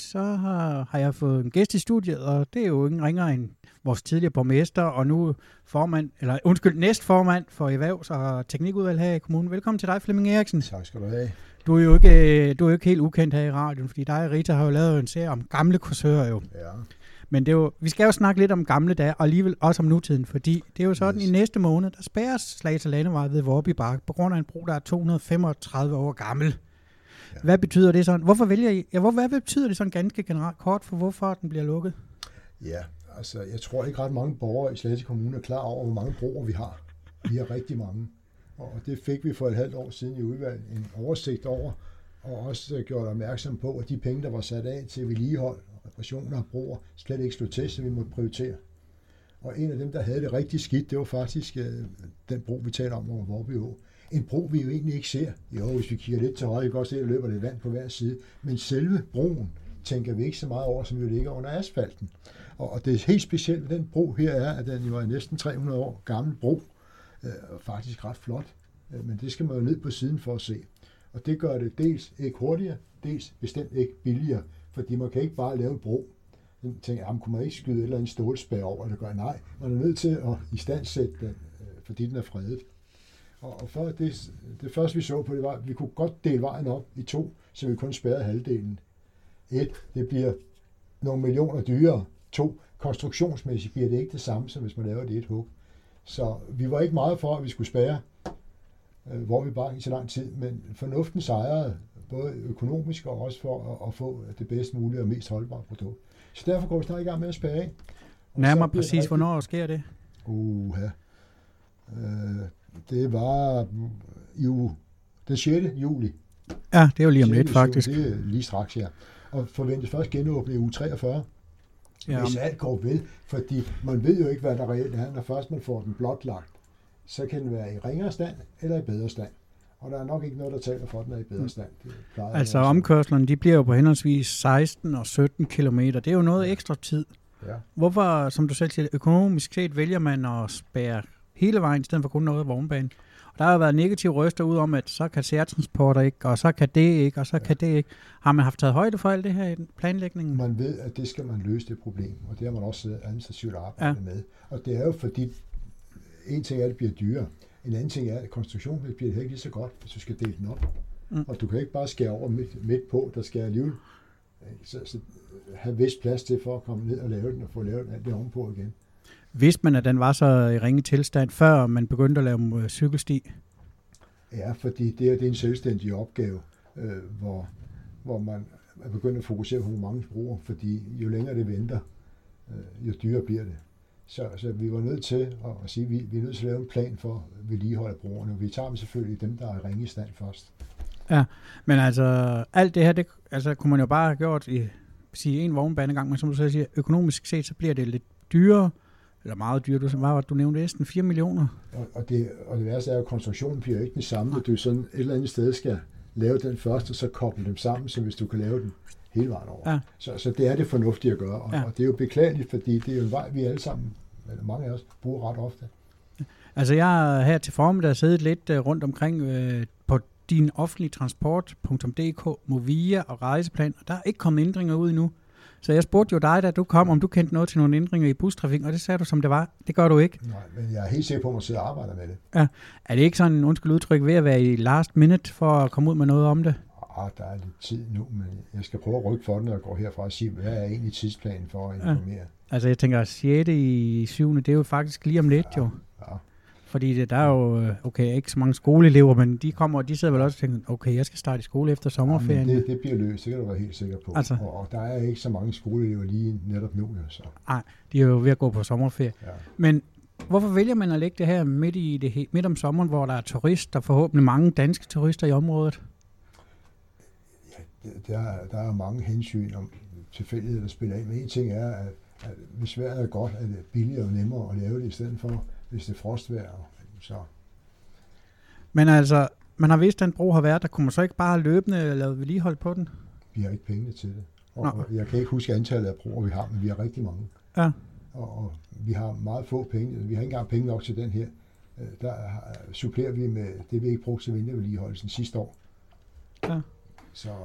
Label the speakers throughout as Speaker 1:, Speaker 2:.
Speaker 1: så har jeg fået en gæst i studiet, og det er jo ingen ringere end vores tidligere borgmester, og nu næstformand for erhvervs- og teknikudvalg her i kommunen. Velkommen til dig, Flemming Eriksen.
Speaker 2: Tak skal du have.
Speaker 1: Du er jo ikke helt ukendt her i radioen, fordi dig og Rita har jo lavet en serie om gamle kursører jo.
Speaker 2: Ja.
Speaker 1: Men vi skal jo snakke lidt om gamle dage, og alligevel også om nutiden, fordi det er jo sådan, i næste måned, der spærres Slagelse Landevej ved Vorby Bakke, på grund af en bro, der er 235 år gammel. Ja. Hvad betyder det sådan? Hvad betyder det sådan ganske generelt kort for, hvorfor den bliver lukket?
Speaker 2: Ja, altså jeg tror ikke ret mange borgere i Slagelse Kommune er klar over, hvor mange broer vi har. Vi har rigtig mange. Og det fik vi for et halvt år siden i udvalget en oversigt over, og også gjort opmærksom på, at de penge, der var sat af til vedligehold og reparationer af broer, slet ikke slog til, så vi måtte prioritere. Og en af dem, der havde det rigtig skidt, det var faktisk den bro, vi taler om over Vorby Å. En bro, vi jo egentlig ikke ser. Jo, hvis vi kigger lidt til højre, vi kan godt se, at der løber lidt vand på hver side. Men selve broen tænker vi ikke så meget over, som jo ligger under asfalten. Og det er helt specielt ved den bro her er, at den jo er næsten 300 år gammel bro. Og faktisk ret flot. Men det skal man jo ned på siden for at se. Og det gør det dels ikke hurtigere, dels bestemt ikke billigere. Fordi man kan ikke bare lave en bro. Man tænker, kunne man ikke skyde et eller andet stålspær over, eller gøre nej. Man er nødt til at istandsætte den, fordi den er fredet. Og for det første vi så på, det var, at vi kunne godt dele vejen op i to, så vi kun spærrede halvdelen. 1. Det bliver nogle millioner dyrere. 2. Konstruktionsmæssigt bliver det ikke det samme, som hvis man laver det et hug. Så vi var ikke meget for, at vi skulle spærre, hvor vi bare i så lang tid, men fornuften sejrede, både økonomisk og også for at få det bedst mulige og mest holdbare produkt. Så derfor går vi snart i gang med at spærre af.
Speaker 1: Nærmere præcis, hvornår sker det?
Speaker 2: Det var den 6. juli.
Speaker 1: Ja, det er jo lige om lidt, faktisk.
Speaker 2: Det er lige straks, ja. Og forventes først genåbne i uge 43. Ja. Hvis alt går vel, fordi man ved jo ikke, hvad der reelt er. Når først man får den blotlagt, så kan den være i ringere stand eller i bedre stand. Og der er nok ikke noget, der taler for, at den er i bedre stand.
Speaker 1: Altså omkørslerne, de bliver jo på henholdsvis 16 og 17 kilometer. Det er jo noget ekstra tid. Ja. Hvorfor, som du selv siger, økonomisk set vælger man at spærre hele vejen, i stedet for kun noget af vognbanen? Og der har jo været negative røster ud om, at så kan særtransporter ikke, og så kan det ikke, og så kan det ikke. Har man haft taget højde for alt det her i planlægningen?
Speaker 2: Man ved, at det skal man løse det problem, og det har man også administrativt arbejdet med. Og det er jo fordi, en ting er, at det bliver dyrere. En anden ting er, at konstruktionen bliver det ikke lige så godt, hvis du skal dele den op. Og du kan ikke bare skære over midt på, der skal alligevel så have vist plads til for at komme ned og lave den, og få lavet alt det ovenpå igen.
Speaker 1: Vidste man, at den var så i ringe tilstand, før man begyndte at lave cykelsti?
Speaker 2: Ja, fordi det er en selvstændig opgave, hvor man er begyndt at fokusere på mange broer, fordi jo længere det venter, jo dyrere bliver det. Så vi var nødt til at sige, at vi er nødt til at lave en plan for vedligehold af broerne. Vi tager selvfølgelig dem, der er i ringe stand først. Ja,
Speaker 1: men altså alt det her, kunne man jo bare have gjort i en vognbanegang, men som du selv siger, økonomisk set, så bliver det lidt dyrere, eller meget dyrere. Du nævnte næsten 4 millioner.
Speaker 2: Og det værste er jo, at konstruktionen bliver ikke den samme. Du sådan et eller andet sted skal lave den først, og så koble dem sammen, så hvis du kan lave den hele vejen over. Ja. Så det er det fornuftige at gøre, og det er jo beklageligt, fordi det er jo en vej, vi alle sammen, eller mange af os, bruger ret ofte.
Speaker 1: Altså jeg har her til formiddag siddet lidt rundt omkring på din offentlige transport.dk, Movia og Rejseplan, og der er ikke kommet ændringer ud endnu. Så jeg spurgte jo dig, da du kom, om du kendte noget til nogle ændringer i bustrafikken, og det sagde du, som det var. Det gør du ikke.
Speaker 2: Nej, men jeg er helt sikker på, at man sidder og arbejder med det.
Speaker 1: Ja. Er det ikke sådan en undskyld udtryk ved at være i last minute for at komme ud med noget om det?
Speaker 2: Der er lidt tid nu, men jeg skal prøve at rykke for den, når jeg går herfra og sige, hvad er egentlig tidsplanen for at informere? Ja.
Speaker 1: Altså jeg tænker, 6. i 7. det er jo faktisk lige om lidt jo. Ja. Fordi der er jo, ikke så mange skoleelever, men de sidder vel også og tænker, okay, jeg skal starte i skole efter sommerferien.
Speaker 2: Ja, det bliver løst, det kan du være helt sikker på. Altså, og der er ikke så mange skoleelever lige netop nu. Så.
Speaker 1: Nej, de er jo ved at gå på sommerferie. Ja. Men hvorfor vælger man at lægge det her midt om sommeren, hvor der er turister, forhåbentlig mange danske turister i området?
Speaker 2: Ja, der er mange hensyn om tilfældighed, der spiller ind. Men en ting er, at hvis vejret er godt, er det billigere og nemmere at lave det, i stedet for, hvis det er frostvejr. Så.
Speaker 1: Men altså, man har vidst, at den bro har været, der kunne man så ikke bare løbende lave vedligehold på den?
Speaker 2: Vi har ikke penge til det. Og jeg kan ikke huske antallet af broer, vi har, men vi har rigtig mange. Ja. Og vi har meget få penge. Vi har ikke engang penge nok til den her. Der supplerer vi med det, vi ikke brugte til vintervedligeholdelsen sidste år. Ja. Så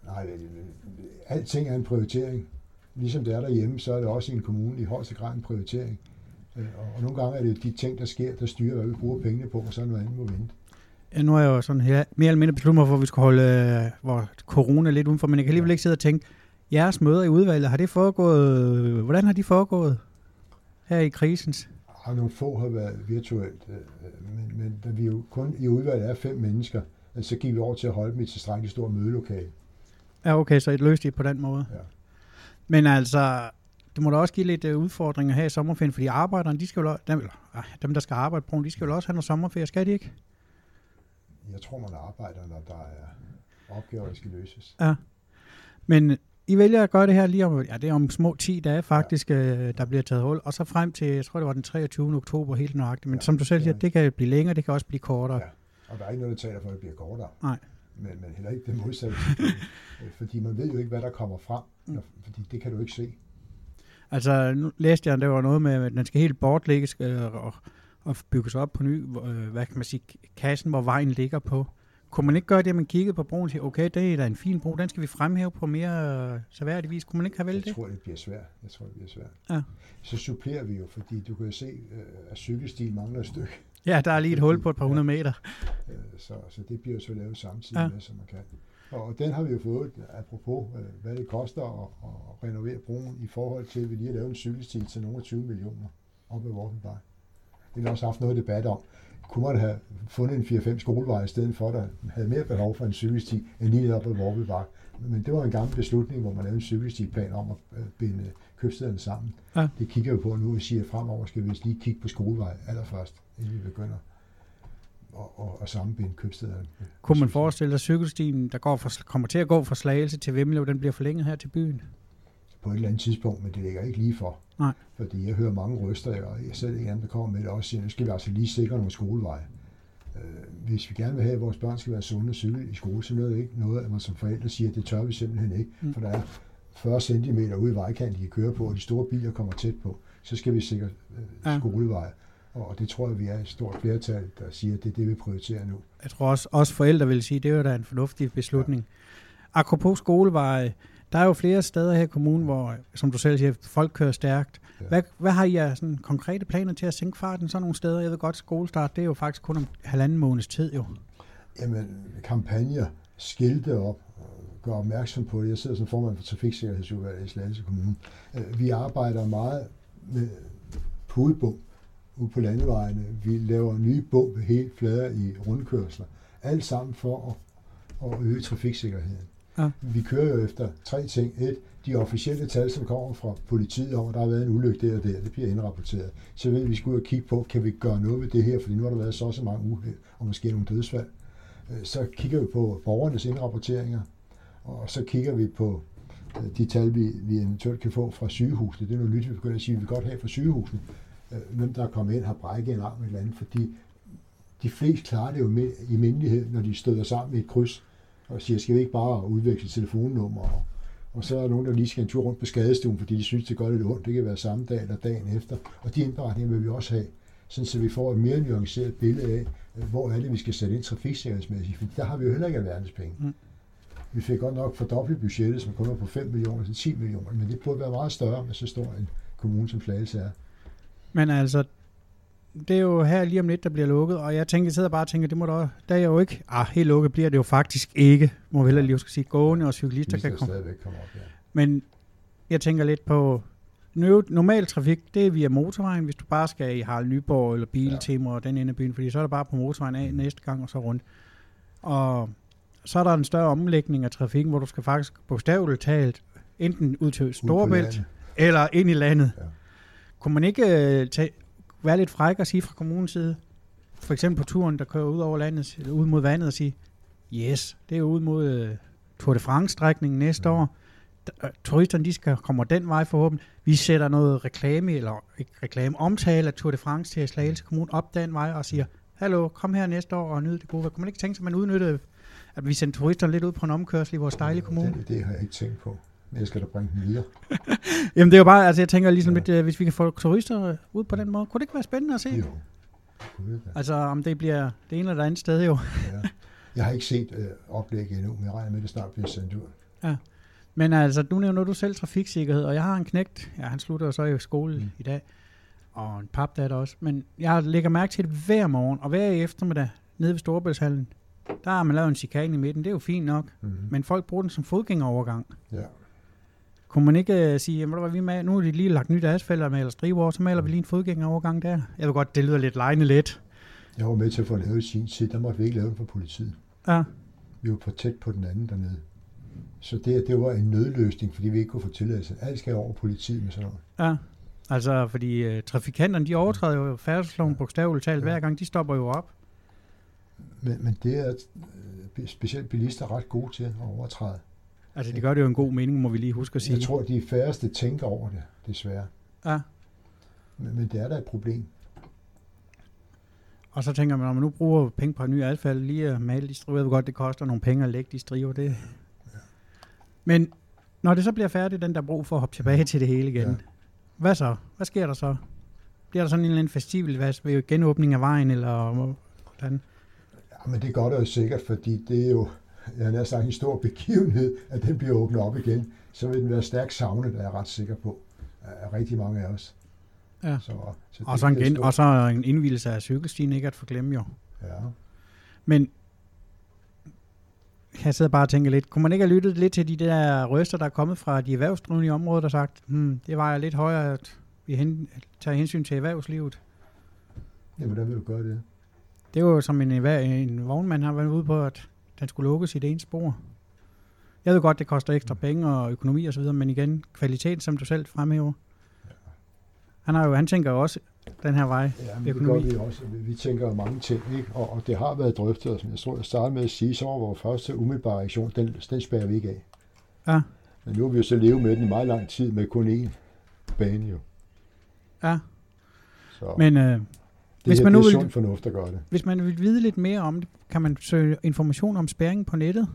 Speaker 2: Nej, alting er en prioritering. Ligesom det er derhjemme, så er det også i en kommune i højeste grad en prioritering. Og nogle gange er det de ting, der sker, der styrer, hvad vi bruger pengene på, og så er noget andet må vente.
Speaker 1: Ja, nu er jeg jo sådan her, mere eller mindre besluttet mig for, at vi skal holde corona lidt udenfor, men jeg kan alligevel ikke sidde og tænke, jeres møder i udvalget, hvordan har de foregået her i krisens?
Speaker 2: Nogle få har været virtuelt, men da vi jo kun i udvalget er 5 mennesker, så gik vi over til at holde dem i et tilstrækkeligt stort mødelokale. Ja,
Speaker 1: okay, så I løste det på den måde.
Speaker 2: Ja.
Speaker 1: Men altså, det må da også give lidt udfordringer her i sommerferien, fordi arbejderne, dem der skal arbejde på, de skal jo også have noget sommerferie, skal de ikke?
Speaker 2: Jeg tror, man arbejder, når der er opgaver, der skal løses.
Speaker 1: Ja, men I vælger at gøre det her lige om, det er om små 10 dage faktisk, der bliver taget hul, og så frem til, jeg tror det var den 23. oktober helt nøjagtigt, men som du selv siger, det kan blive længere, det kan også blive kortere.
Speaker 2: Ja, og der er ikke noget, der taler for, at det bliver kortere.
Speaker 1: Nej.
Speaker 2: Men heller ikke det modsatte, fordi man ved jo ikke, hvad der kommer frem, fordi det kan du ikke se.
Speaker 1: Altså, nu læste jeg, der var noget med, at den skal helt bortlægges og bygges op på ny, hvad kan man sige, kassen, hvor vejen ligger på. Kunne man ikke gøre det, at man kiggede på broen og siger, okay, det er da en fin bro, den skal vi fremhæve på mere seværdig vis. Kunne man ikke have valgt det?
Speaker 2: Jeg tror, det bliver svært. Ja. Så supplerer vi jo, fordi du kan jo se, at cykelstien mangler et stykke.
Speaker 1: Ja, der er lige et hul på et par 100 meter.
Speaker 2: Så det bliver jo så lavet samtidig med, som man kan. Og den har vi jo fået, apropos hvad det koster at renovere broen i forhold til, at vi lige har lavet en cykelsti til nogle 20 millioner op ad Vorpenvej. Det har vi også haft noget debat om. Kunne man have fundet en 4-5 skoleveje i stedet for, der havde mere behov for en cykelsti end lige op ad Vorpenvej. Men det var en gammel beslutning, hvor man lavede en cykelstiplan om at binde købstederne sammen. Ja. Det kigger vi på nu og siger, at fremover skal vi lige kigge på skolevej allerførst, inden vi begynder at sammenbinde købstederne.
Speaker 1: Kunne man forestille dig, at cykelstien, der kommer til at gå fra Slagelse til Vemmelev, den bliver forlænget her til byen?
Speaker 2: På et eller andet tidspunkt, men det ligger ikke lige for.
Speaker 1: Nej.
Speaker 2: Fordi jeg hører mange røster, og jeg selv en anden, der kommer med det også, siger, nu skal vi altså lige sikre nogle skoleveje. Hvis vi gerne vil have, at vores børn skal være sunde og cykle i skole, så er det ikke noget, at man som forældre siger, at det tør vi simpelthen ikke. For der er 40 cm ude i vejkanten, de kan køre på, og de store biler kommer tæt på. Så skal vi sikre skoleveje. Og det tror jeg, vi er et stort flertal, der siger, at det er det, vi prioriterer nu. Jeg
Speaker 1: tror også forældre vil sige, at det er jo da en fornuftig beslutning. Ja. Apropos skoleveje, der er jo flere steder her i kommunen, hvor, som du selv siger, folk kører stærkt. Ja. Hvad har I af sådan konkrete planer til at sænke farten sådan nogle steder? Jeg ved godt, skolestart, det er jo faktisk kun om 1,5 måneds tid jo.
Speaker 2: Jamen, kampagner, skilte op, gør opmærksom på det. Jeg sidder som formand for Trafiksikkerhedsudvalget i Slagelse Kommune. Vi arbejder meget med pudebom ude på landevejene. Vi laver nye bom ved hele flader i rundkørsler. Alt sammen for at øge trafiksikkerheden. Ja. Vi kører jo efter 3 ting. 1. De officielle tal, som kommer fra politiet om, at der har været en ulykke der og der, det bliver indrapporteret. Så ved vi, skal ud og kigge på, kan vi gøre noget ved det her, fordi nu har der været så mange uheld, og måske nogle dødsfald. Så kigger vi på borgernes indrapporteringer, og så kigger vi på de tal, vi eventuelt kan få fra sygehusene. Det er noget nyt, vi begynder at sige, at vi godt have fra sygehusene. Hvem der er kommet ind, har brækket en arm eller andet, fordi de fleste klarer det jo i mindelighed, når de støder sammen i et kryds, og siger, skal vi ikke bare udveksle telefonnummer, og så er der nogen, der lige skal en tur rundt på skadestuen, fordi de synes, det gør lidt ondt. Det kan være samme dag eller dagen efter. Og de indberetninger vil vi også have, sådan så vi får et mere nuanceret billede af, hvor er det, vi skal sætte ind trafiksikkerhedsmæssigt. For der har vi jo heller ikke alverdens penge. Vi fik godt nok fordoblet budgettet, som kun var på 5 millioner til 10 millioner, men det burde være meget større med så stor en kommune som Slagelse er.
Speaker 1: Men altså, det er jo her lige om lidt, der bliver lukket, og jeg sidder bare og tænker, det må der er jo ikke. Helt lukket bliver det jo faktisk ikke, må vi heller lige skal sige, gående og cyklister kan komme.
Speaker 2: Komme op, ja.
Speaker 1: Men jeg tænker lidt på, normal trafik, det er via motorvejen, hvis du bare skal i Harald Nyborg eller Biltema og den ende af byen, fordi så er der bare på motorvejen af næste gang og så rundt. Og så er der en større omlægning af trafikken, hvor du skal faktisk bogstaveligt talt enten ud til Storebælt eller ind i landet. Ja. Kunne man ikke være lidt fræk og sige fra kommunens side, for eksempel på turen, der kører ud over landet, ud mod vandet og sige, yes, det er ud mod Tour de France-strækningen næste år. Turisterne, de skal komme den vej forhåbentlig. Vi sætter noget reklame, eller ikke reklame, omtale af Tour de France til Slagelse Kommune op den vej og siger, hallo, kom her næste år og nyd det gode. Kunne man ikke tænke sig, at man udnyttede, at vi sendte turisterne lidt ud på en omkørsel i vores dejlige kommune?
Speaker 2: Det har jeg ikke tænkt på. Men jeg skal da bringe den videre.
Speaker 1: Jamen det er jo bare, altså jeg tænker ligesom lidt, hvis vi kan få turister ud på den måde, kunne det ikke være spændende at se?
Speaker 2: Jo.
Speaker 1: Altså om det bliver det ene eller det andet sted jo.
Speaker 2: Ja. Jeg har ikke set oplægget endnu, men jeg regner med, at det snart bliver sendt ud.
Speaker 1: Ja. Men altså, nu nævner du selv trafiksikkerhed, og jeg har en knægt, han slutter jo så i skole i dag, og en papdatter også, men jeg lægger mærke til det hver morgen, og hver eftermiddag, nede ved Storebæltshallen, der har man lavet en chikane i midten, det er jo fint nok, men folk bruger den som fodgængerovergang.
Speaker 2: Ja.
Speaker 1: Kunne man ikke sige, nu har de lige lagt nyt asfalt med eller striber over, så maler vi lige en fodgængerovergang der? Jeg ved godt, det lyder lidt lejende let.
Speaker 2: Jeg var med til at få lavet sin tid, der måtte vi ikke lave den for politiet.
Speaker 1: Ja.
Speaker 2: Vi var for tæt på den anden dernede. Så det var en nødløsning, fordi vi ikke kunne få tilladelse. Alt skal over politiet med sådan noget.
Speaker 1: Ja, altså fordi trafikanterne, de overtræder jo færdselsloven bogstaveligt talt hver gang, de stopper jo op.
Speaker 2: Men det er specielt bilister ret gode til at overtræde.
Speaker 1: Altså de gør det jo en god mening, må vi lige huske at sige.
Speaker 2: Jeg tror, de færreste tænker over det, desværre.
Speaker 1: Ja.
Speaker 2: Men det er da et problem.
Speaker 1: Og så tænker man, når man nu bruger penge på en ny asfalt, lige at male de striber, ved godt, det koster nogle penge at lægge de striber, det. Ja. Men når det så bliver færdigt, den der brug for at hoppe tilbage til det hele igen, hvad så? Hvad sker der så? Bliver der sådan en eller anden festival ved genåbning af vejen, eller hvordan?
Speaker 2: Ja, men det gør det jo sikkert, fordi det er jo, jeg har nær sagt en stor begivenhed, at den bliver åbnet op igen. Så vil den være stærkt savnet, er jeg ret sikker på, af rigtig mange af os.
Speaker 1: Ja.
Speaker 2: Så
Speaker 1: og så en indvielse af cykelstien, ikke at forglemme jo.
Speaker 2: Ja.
Speaker 1: Men jeg sidder bare og tænker lidt, kunne man ikke have lyttet lidt til de der røster, der er kommet fra de erhvervsdrivende i området, og sagt, det var lidt højere, at vi tager hensyn til erhvervslivet?
Speaker 2: Ja, hvordan vil du gøre det?
Speaker 1: Det er jo som en vognmand har været ude på, at den skulle lukkes i det ene spor. Jeg ved godt, det koster ekstra penge og økonomi og så videre, men igen, kvalitet, som du selv fremhæver. Han tænker jo også den her vej.
Speaker 2: Ja, men det gør vi også. Vi tænker jo mange ting, ikke? Og det har været drøftet, og som jeg tror, jeg startede med at sige, så var vores første umiddelbare reaktion, den spærrer vi ikke af.
Speaker 1: Ja.
Speaker 2: Men nu har vi jo så levet med den i meget lang tid, med kun én bane jo.
Speaker 1: Ja.
Speaker 2: Så
Speaker 1: men
Speaker 2: det er sund fornuft at gøre det.
Speaker 1: Hvis man vil vide lidt mere om det, kan man søge information om spærringen på nettet?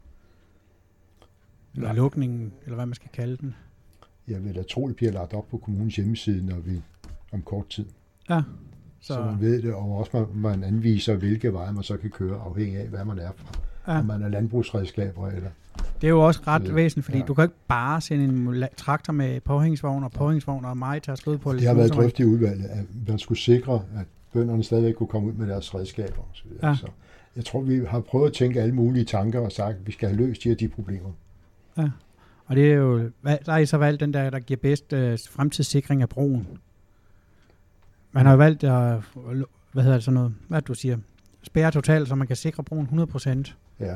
Speaker 1: Eller lukningen, eller hvad man skal kalde den.
Speaker 2: Jeg vil da tro, det bliver lagt op på kommunens hjemmeside, når vi om kort tid.
Speaker 1: Ja.
Speaker 2: Så man ved det, og også man anviser, hvilke veje man så kan køre, afhængig af, hvad man er fra. Ja. Om man er landbrugsredskaber eller...
Speaker 1: Det er jo også ret væsentligt, fordi du kan ikke bare sende en traktor med påhængsvogn og mig til at skrive på.
Speaker 2: Det har været drøftet i udvalget, at man skulle sikre, at bønderne stadigvæk kunne komme ud med deres redskaber. Ja. Så jeg tror, vi har prøvet at tænke alle mulige tanker og sagt, at vi skal have løst de problemer.
Speaker 1: Ja. Og det er jo, der er så valgt den der giver bedst fremtidssikring af broen. Man har jo valgt at, hvad du siger, spærre totalt, så man kan sikre broen 100%.
Speaker 2: Ja.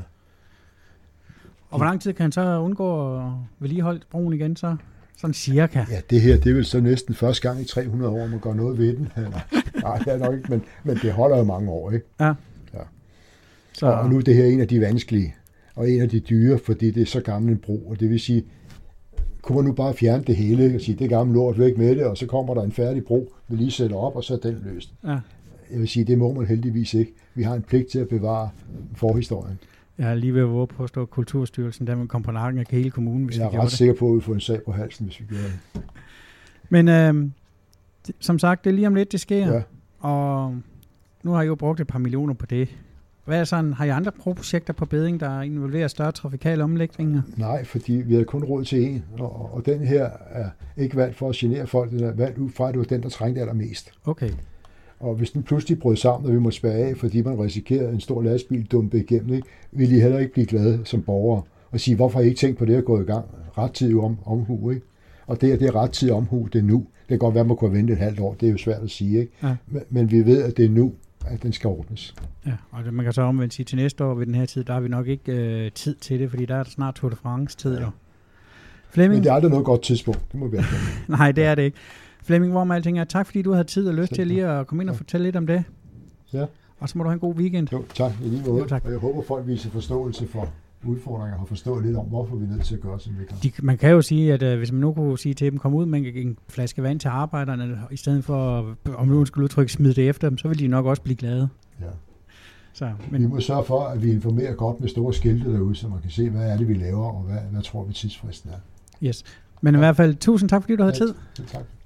Speaker 1: Og hvor lang tid kan han så undgå at vedligeholde broen igen så? Sådan cirka.
Speaker 2: Ja, det her, det er vel så næsten første gang i 300 år, man gør noget ved den. Nej, det er nok ikke, men det holder jo mange år, ikke?
Speaker 1: Ja.
Speaker 2: Så. Og nu er det her en af de vanskelige, og en af de dyre, fordi det er så gammel en bro, og det vil sige, kunne man nu bare fjerne det hele og sige, det er gammel lort, væk med det, og så kommer der en færdig bro, vi lige sætter op, og så er den løst. Ja. Jeg vil sige, det må man heldigvis ikke. Vi har en pligt til at bevare forhistorien.
Speaker 1: Jeg er lige ved at våge på at stå Kulturstyrelsen, der vil komme på nakken af hele kommunen, hvis vi gjorde det.
Speaker 2: Jeg er ret sikker på, at vi får en sag på halsen, hvis vi gør det.
Speaker 1: Men som sagt, det er lige om lidt, det sker.
Speaker 2: Ja.
Speaker 1: Og nu har I jo brugt et par millioner på det. Hvad er sådan, har I andre projekter på bedding, der involverer større trafikale omlægninger?
Speaker 2: Nej, fordi vi har kun råd til en, og den her er ikke valgt for at genere folk, den er valgt ud fra, at det var den, der trængte allermest.
Speaker 1: Okay.
Speaker 2: Og hvis den pludselig brød sammen, og vi måtte spærre af, fordi man risikerede en stor lastbil dumpe igennem, ikke, ville I heller ikke blive glade som borgere og sige, hvorfor har I ikke tænkt på det at gå i gang? Rettidig omhu, ikke? Og det er rettidig omhu, det er nu. Det kan godt være, at man kunne vente et halvt år, det er jo svært at sige, ikke? Ja. Men vi ved, at det er nu, at den skal ordnes.
Speaker 1: Ja, og man kan så omvendt sige, til næste år ved den her tid, der har vi nok ikke tid til det, fordi der er snart Tour de France-tid. Ja.
Speaker 2: Flemming? Men det er aldrig noget godt tidspunkt, det må vi have.
Speaker 1: Nej, det er det ikke. Flemming, hvor med alting er, tak fordi du havde tid og lyst til lige at komme ind og fortælle lidt om det.
Speaker 2: Ja.
Speaker 1: Og så må du have en god weekend.
Speaker 2: Jo, tak. I lige måde.
Speaker 1: Jo, tak.
Speaker 2: Og jeg håber, folk viser forståelse for udfordringer og har forstået lidt om, hvorfor vi er nødt til at gøre, som vi kan.
Speaker 1: Man kan jo sige, at hvis man nu kunne sige til dem, kom ud med en flaske vand til arbejderne, i stedet for, om nu skulle udtrykke, smide det efter dem, så vil de nok også blive glade.
Speaker 2: Ja.
Speaker 1: Så,
Speaker 2: vi må sørge for, at vi informerer godt med store skilte derude, så man kan se, hvad er det, vi laver, og hvad tror vi tidsfristen er.
Speaker 1: Yes. Men i hvert fald, tusind tak, fordi du havde tid.
Speaker 2: Tak.